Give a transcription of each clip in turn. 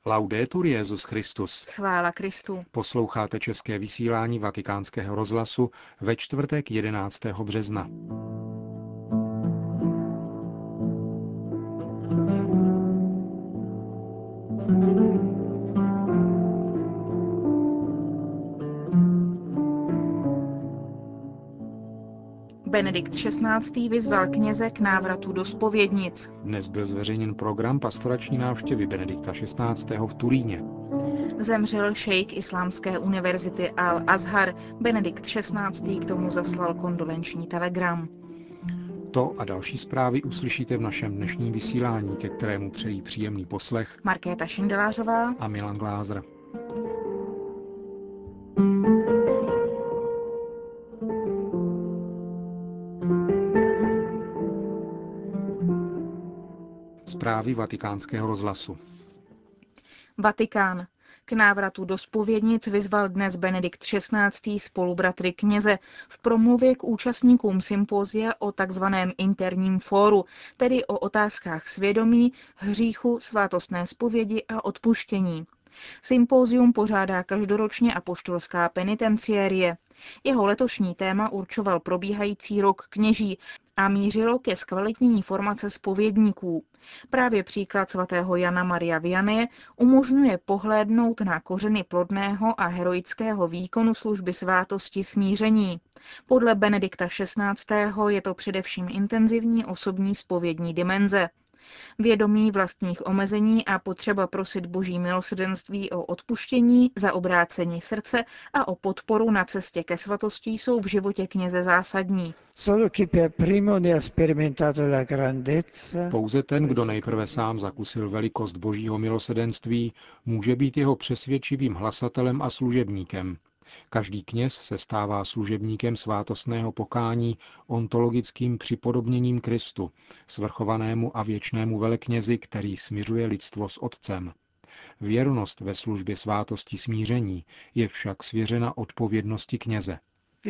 Laudetur Jesus Christus. Chvála Kristu. Posloucháte české vysílání Vatikánského rozhlasu ve čtvrtek 11. března. Benedikt XVI. Vyzval kněze k návratu do zpovědnic. Dnes byl zveřejněn program pastorační návštěvy Benedikta XVI. V Turíně. Zemřel šejk Islámské univerzity Al-Azhar. Benedikt XVI. K tomu zaslal kondolenční telegram. To a další zprávy uslyšíte v našem dnešním vysílání, ke kterému přejí příjemný poslech Markéta Šindelářová a Milan Glázer. Zprávy Vatikánského rozhlasu. Vatikán. K návratu do zpovědnic vyzval dnes Benedikt XVI. Spolubratry kněze v promluvě k účastníkům sympózia o takzvaném interním fóru, tedy o otázkách svědomí, hříchu, svátostné zpovědi a odpuštění. Sympózium pořádá každoročně apoštolská penitenciérie. Jeho letošní téma určoval probíhající rok kněží a mířilo ke zkvalitnění formace zpovědníků. Právě příklad svatého Jana Maria Vianney umožňuje pohlédnout na kořeny plodného a heroického výkonu služby svátosti smíření. Podle Benedikta XVI. Je to především intenzivní osobní zpovědní dimenze. Vědomí vlastních omezení a potřeba prosit Boží milosrdenství o odpuštění, za obrácení srdce a o podporu na cestě ke svatosti jsou v životě kněze zásadní. Pouze ten, kdo nejprve sám zakusil velikost Božího milosrdenství, může být jeho přesvědčivým hlasatelem a služebníkem. Každý kněz se stává služebníkem svátostného pokání ontologickým připodobněním Kristu, svrchovanému a věčnému veleknězi, který smiřuje lidstvo s Otcem. Věrnost ve službě svátosti smíření je však svěřena odpovědnosti kněze.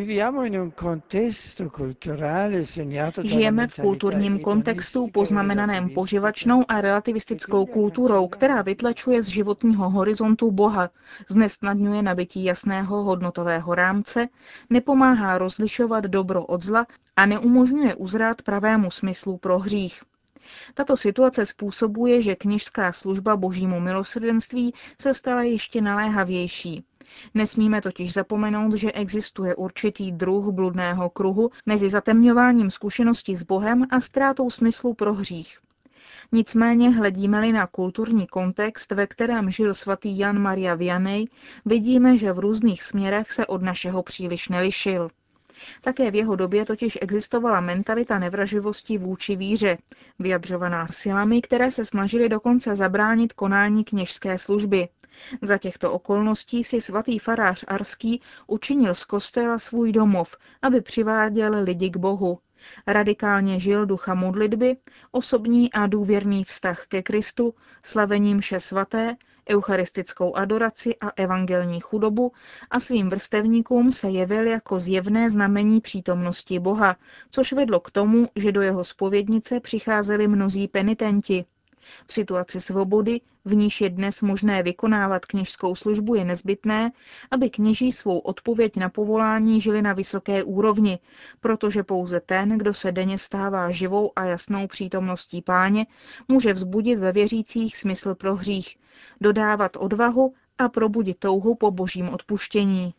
Žijeme v kulturním kontextu poznamenaném poživačnou a relativistickou kulturou, která vytlačuje z životního horizontu Boha, znesnadňuje nabytí jasného hodnotového rámce, nepomáhá rozlišovat dobro od zla a neumožňuje uzrát pravému smyslu pro hřích. Tato situace způsobuje, že kněžská služba Božímu milosrdenství se stala ještě naléhavější. Nesmíme totiž zapomenout, že existuje určitý druh bludného kruhu mezi zatemňováním zkušenosti s Bohem a ztrátou smyslu pro hřích. Nicméně hledíme-li na kulturní kontext, ve kterém žil svatý Jan Maria Vianney, vidíme, že v různých směrech se od našeho příliš nelišil. Také v jeho době totiž existovala mentalita nevraživosti vůči víře, vyjadřovaná silami, které se snažily dokonce zabránit konání kněžské služby. Za těchto okolností si svatý farář Arský učinil z kostela svůj domov, aby přiváděl lidi k Bohu. Radikálně žil ducha modlitby, osobní a důvěrný vztah ke Kristu, slavením mše svaté, eucharistickou adoraci a evangelní chudobu a svým vrstevníkům se jevil jako zjevné znamení přítomnosti Boha, což vedlo k tomu, že do jeho zpovědnice přicházeli mnozí penitenti. V situaci svobody, v níž je dnes možné vykonávat kněžskou službu, je nezbytné, aby kněží svou odpověď na povolání žili na vysoké úrovni, protože pouze ten, kdo se denně stává živou a jasnou přítomností Páně, může vzbudit ve věřících smysl pro hřích, dodávat odvahu a probudit touhu po Božím odpuštění.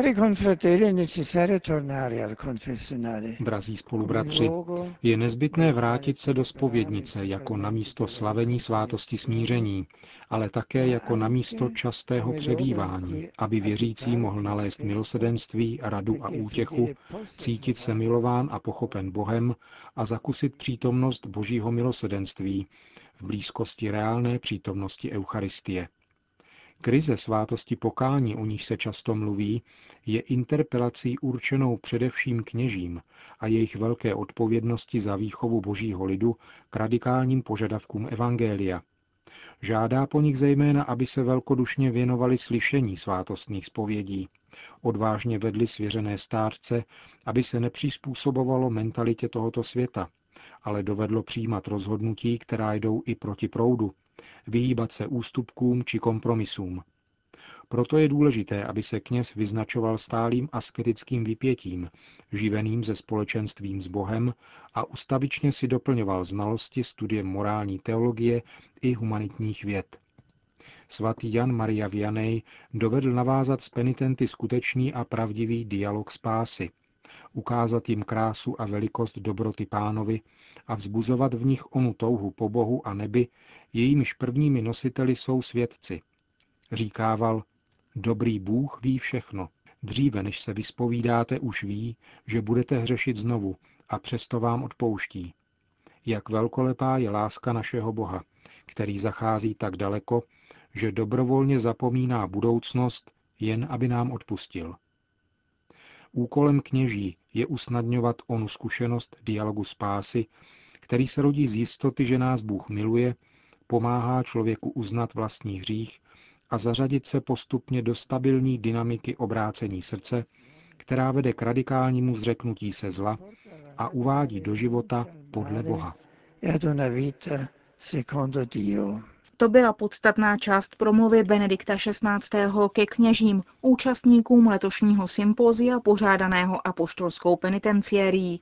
Drazí spolubratři, je nezbytné vrátit se do zpovědnice jako na místo slavení svátosti smíření, ale také jako na místo častého přebývání, aby věřící mohl nalézt milosrdenství, radu a útěchu, cítit se milován a pochopen Bohem a zakusit přítomnost Božího milosrdenství v blízkosti reálné přítomnosti Eucharistie. Krize svátosti pokání, o níž se často mluví, je interpelací určenou především kněžím a jejich velké odpovědnosti za výchovu božího lidu k radikálním požadavkům evangelia. Žádá po nich zejména, aby se velkodušně věnovali slyšení svátostných zpovědí, odvážně vedli svěřené stárce, aby se nepřizpůsobovalo mentalitě tohoto světa, ale dovedlo přijímat rozhodnutí, která jdou i proti proudu, vyhýbat se ústupkům či kompromisům. Proto je důležité, aby se kněz vyznačoval stálým asketickým vypětím, živeným ze společenstvím s Bohem a ustavičně si doplňoval znalosti studiem morální teologie i humanitních věd. Svatý Jan Maria Vianney dovedl navázat s penitenty skutečný a pravdivý dialog spásy, ukázat jim krásu a velikost dobroty Pánovi a vzbuzovat v nich onu touhu po Bohu a nebi, jejímiž prvními nositeli jsou svědci. Říkával: Dobrý Bůh ví všechno. Dříve, než se vyspovídáte, už ví, že budete hřešit znovu a přesto vám odpouští. Jak velkolepá je láska našeho Boha, který zachází tak daleko, že dobrovolně zapomíná budoucnost, jen aby nám odpustil. Úkolem kněží je usnadňovat onu zkušenost dialogu spásy, který se rodí z jistoty, že nás Bůh miluje, pomáhá člověku uznat vlastní hřích a zařadit se postupně do stabilní dynamiky obrácení srdce, která vede k radikálnímu zřeknutí se zla a uvádí do života podle Boha. To byla podstatná část promluvy Benedikta XVI. Ke kněžím, účastníkům letošního sympózia pořádaného apoštolskou penitenciérií.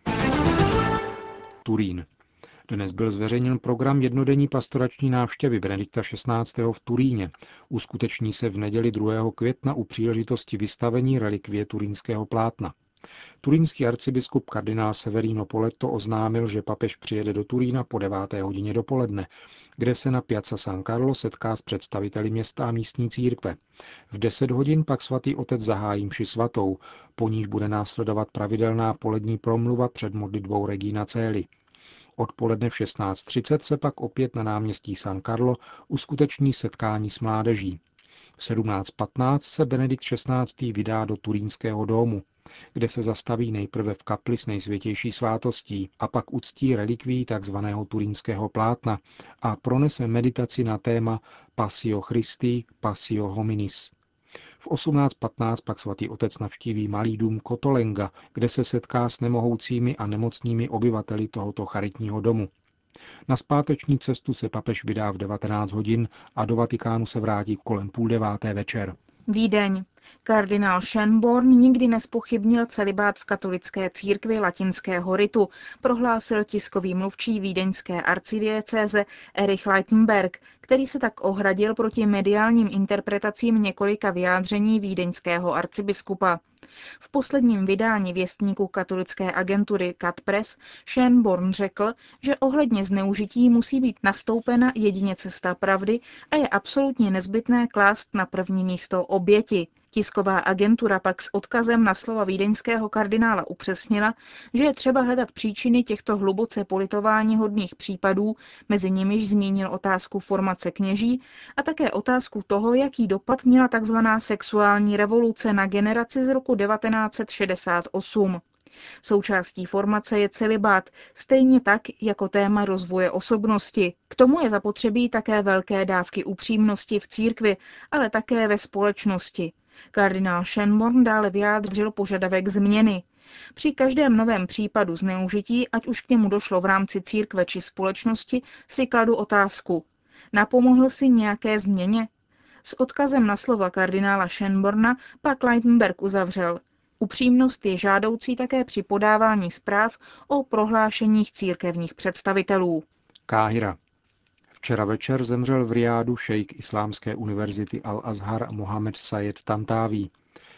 Turín. Dnes byl zveřejněn program jednodenní pastorační návštěvy Benedikta XVI. V Turíně. Uskuteční se v neděli 2. května u příležitosti vystavení relikvie turínského plátna. Turínský arcibiskup kardinál Severino Poletto oznámil, že papež přijede do Turína po 9. hodině dopoledne, kde se na Piazza San Carlo setká s představiteli města a místní církve. V 10 hodin pak svatý otec zahájí mši svatou, po níž bude následovat pravidelná polední promluva před modlitbou Regina Coeli. Odpoledne v 16:30 se pak opět na náměstí San Carlo uskuteční setkání s mládeží. V 17:15 se Benedikt XVI. Vydá do Turínského domu, kde se zastaví nejprve v kapli s nejsvětější svátostí a pak uctí relikví tzv. Turínského plátna a pronese meditaci na téma Passio Christi, Passio Hominis. V 18:15 pak svatý otec navštíví malý dům Kotolenga, kde se setká s nemohoucími a nemocnými obyvateli tohoto charitního domu. Na zpáteční cestu se papež vydá v 19 hodin a do Vatikánu se vrátí kolem 8:30 večer. Vídeň. Kardinál Schönborn nikdy nespochybnil celibát v katolické církvi latinského ritu, prohlásil tiskový mluvčí vídeňské arcidiecéze Erich Leitenberg, který se tak ohradil proti mediálním interpretacím několika vyjádření vídeňského arcibiskupa. V posledním vydání věstníku katolické agentury Katpress Schönborn řekl, že ohledně zneužití musí být nastoupena jedině cesta pravdy a je absolutně nezbytné klást na první místo oběti. Tisková agentura pak s odkazem na slova vídeňského kardinála upřesnila, že je třeba hledat příčiny těchto hluboce politováníhodných případů, mezi nimiž zmínil otázku formace kněží a také otázku toho, jaký dopad měla tzv. Sexuální revoluce na generaci z roku 1968. Součástí formace je celibát, stejně tak jako téma rozvoje osobnosti. K tomu je zapotřebí také velké dávky upřímnosti v církvi, ale také ve společnosti. Kardinál Schönborn dále vyjádřil požadavek změny. Při každém novém případu zneužití, ať už k němu došlo v rámci církve či společnosti, si kladu otázku. Napomohl si nějaké změně? S odkazem na slova kardinála Schönborna pak Leitenberg uzavřel. Upřímnost je žádoucí také při podávání zpráv o prohlášeních církevních představitelů. Káhira. Včera večer zemřel v Rijádu šejk Islámské univerzity Al-Azhar Mohamed Sayed Tantaví.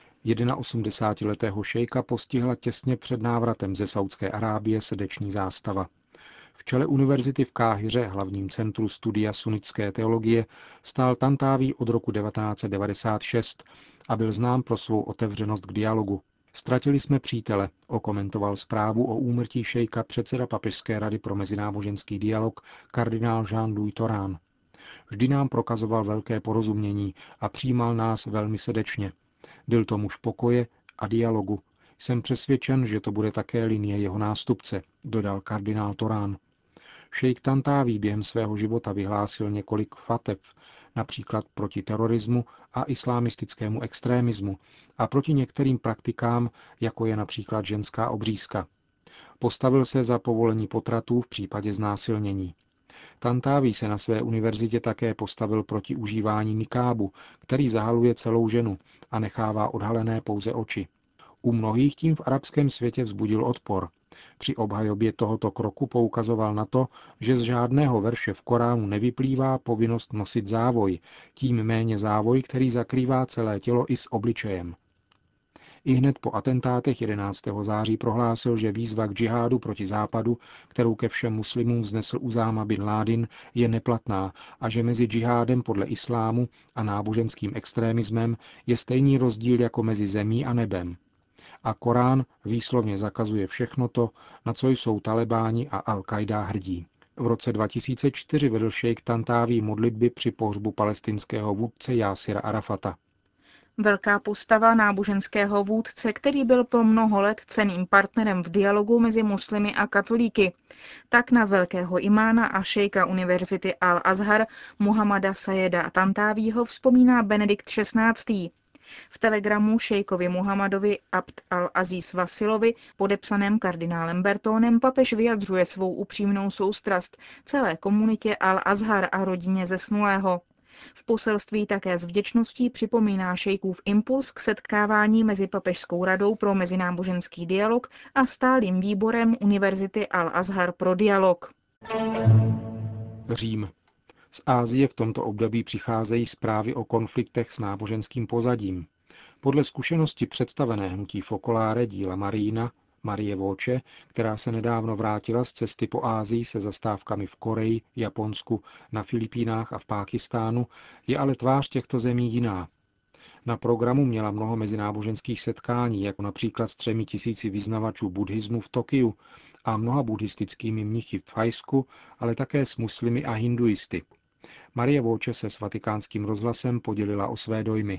81letého šejka postihla těsně před návratem ze Saudské Arábie srdeční zástava. V čele univerzity v Káhiře, hlavním centru studia sunnické teologie, stál Tantaví od roku 1996 a byl znám pro svou otevřenost k dialogu. Ztratili jsme přítele, okomentoval zprávu o úmrtí šejka předseda Papežské rady pro mezináboženský dialog kardinál Jean-Louis Torán. Vždy nám prokazoval velké porozumění a přijímal nás velmi srdečně. Byl to muž pokoje a dialogu. Jsem přesvědčen, že to bude také linie jeho nástupce, dodal kardinál Torán. Šejk Tantaví během svého života vyhlásil několik fatev, například proti terorismu a islámistickému extrémismu a proti některým praktikám, jako je například ženská obřízka. Postavil se za povolení potratů v případě znásilnění. Tantaví se na své univerzitě také postavil proti užívání nikábu, který zahaluje celou ženu a nechává odhalené pouze oči. U mnohých tím v arabském světě vzbudil odpor. Při obhajobě tohoto kroku poukazoval na to, že z žádného verše v Koránu nevyplývá povinnost nosit závoj, tím méně závoj, který zakrývá celé tělo i s obličejem. Ihned po atentátech 11. září prohlásil, že výzva k džihádu proti západu, kterou ke všem muslimům vznesl Uzáma bin Ládin, je neplatná a že mezi džihádem podle islámu a náboženským extrémismem je stejný rozdíl jako mezi zemí a nebem. A Korán výslovně zakazuje všechno to, na co jsou Talibáni a Al-Qaida hrdí. V roce 2004 vedl šejk Tantaví modlitby při pohřbu palestinského vůdce Jásira Arafata. Velká postava náboženského vůdce, který byl po mnoho let cenným partnerem v dialogu mezi muslimy a katolíky. Tak na velkého imána a šejka univerzity Al-Azhar Muhammada Sajeda Tantávího vzpomíná Benedikt XVI. V telegramu šejkovi Muhammadovi Abd al-Aziz Vasilovi, podepsaném kardinálem Bertónem, papež vyjadřuje svou upřímnou soustrast celé komunitě Al-Azhar a rodině zesnulého. V poselství také s vděčností připomíná šejkův impuls k setkávání mezi Papežskou radou pro mezináboženský dialog a stálým výborem Univerzity Al-Azhar pro dialog. Řím. Z Asie v tomto období přicházejí zprávy o konfliktech s náboženským pozadím. Podle zkušenosti představené hnutí Focolare díla Marie Voce, která se nedávno vrátila z cesty po Asii se zastávkami v Koreji, Japonsku, na Filipínách a v Pákistánu, je ale tvář těchto zemí jiná. Na programu měla mnoho mezináboženských setkání, jako například s 3 000 vyznavačů buddhismu v Tokiu a mnoha buddhistickými mnichy v Thajsku, ale také s muslimy a hinduisty. Marie Voce se s Vatikánským rozhlasem podělila o své dojmy.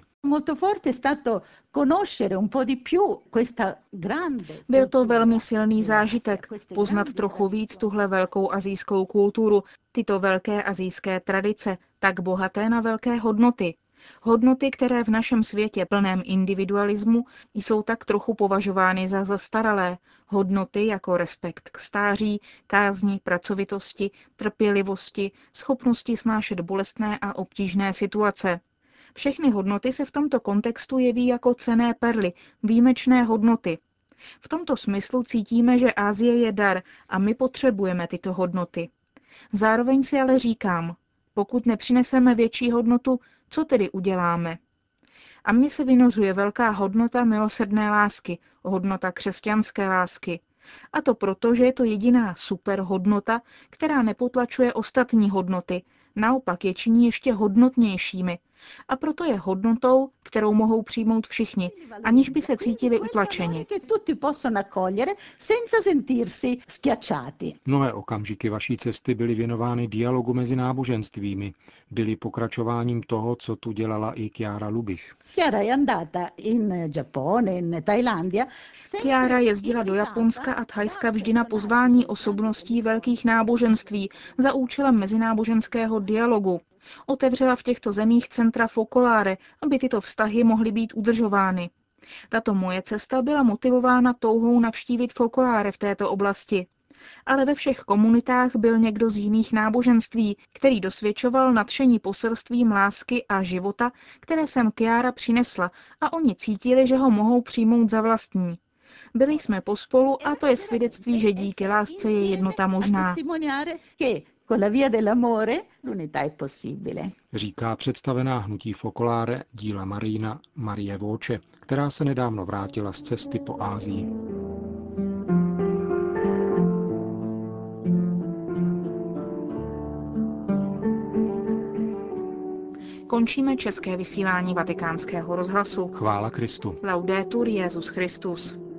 Byl to velmi silný zážitek, poznat trochu víc tuhle velkou asijskou kulturu, tyto velké asijské tradice, tak bohaté na velké hodnoty. Hodnoty, které v našem světě plném individualismu jsou tak trochu považovány za zastaralé. Hodnoty jako respekt k stáří, kázni, pracovitosti, trpělivosti, schopnosti snášet bolestné a obtížné situace. Všechny hodnoty se v tomto kontextu jeví jako cenné perly, výjimečné hodnoty. V tomto smyslu cítíme, že Asie je dar a my potřebujeme tyto hodnoty. Zároveň si ale říkám, pokud nepřineseme větší hodnotu, co tedy uděláme? A mně se vynořuje velká hodnota milosrdné lásky, hodnota křesťanské lásky. A to proto, že je to jediná superhodnota, která nepotlačuje ostatní hodnoty, naopak je činí ještě hodnotnějšími. A proto je hodnotou, kterou mohou přijmout všichni, aniž by se cítili utlačeni. Mnohé okamžiky vaší cesty byly věnovány dialogu mezi náboženstvími, byly pokračováním toho, co tu dělala i Chiara Lubich. Chiara jezdila do Japonska a Thajska vždy na pozvání osobností velkých náboženství za účelem mezináboženského dialogu. Otevřela v těchto zemích centra Focolare, aby tyto vztahy mohly být udržovány. Tato moje cesta byla motivována touhou navštívit Focolare v této oblasti. Ale ve všech komunitách byl někdo z jiných náboženství, který dosvědčoval nadšení poselstvím lásky a života, které jsem Chiara přinesla, a oni cítili, že ho mohou přijmout za vlastní. Byli jsme pospolu a to je svědectví, že díky lásce je jednota možná. Říká představená hnutí Focolare díla Marie Voce, která se nedávno vrátila z cesty po Asii. Končíme české vysílání Vatikánského rozhlasu. Chvála Kristu. Laudetur Jesus Christus.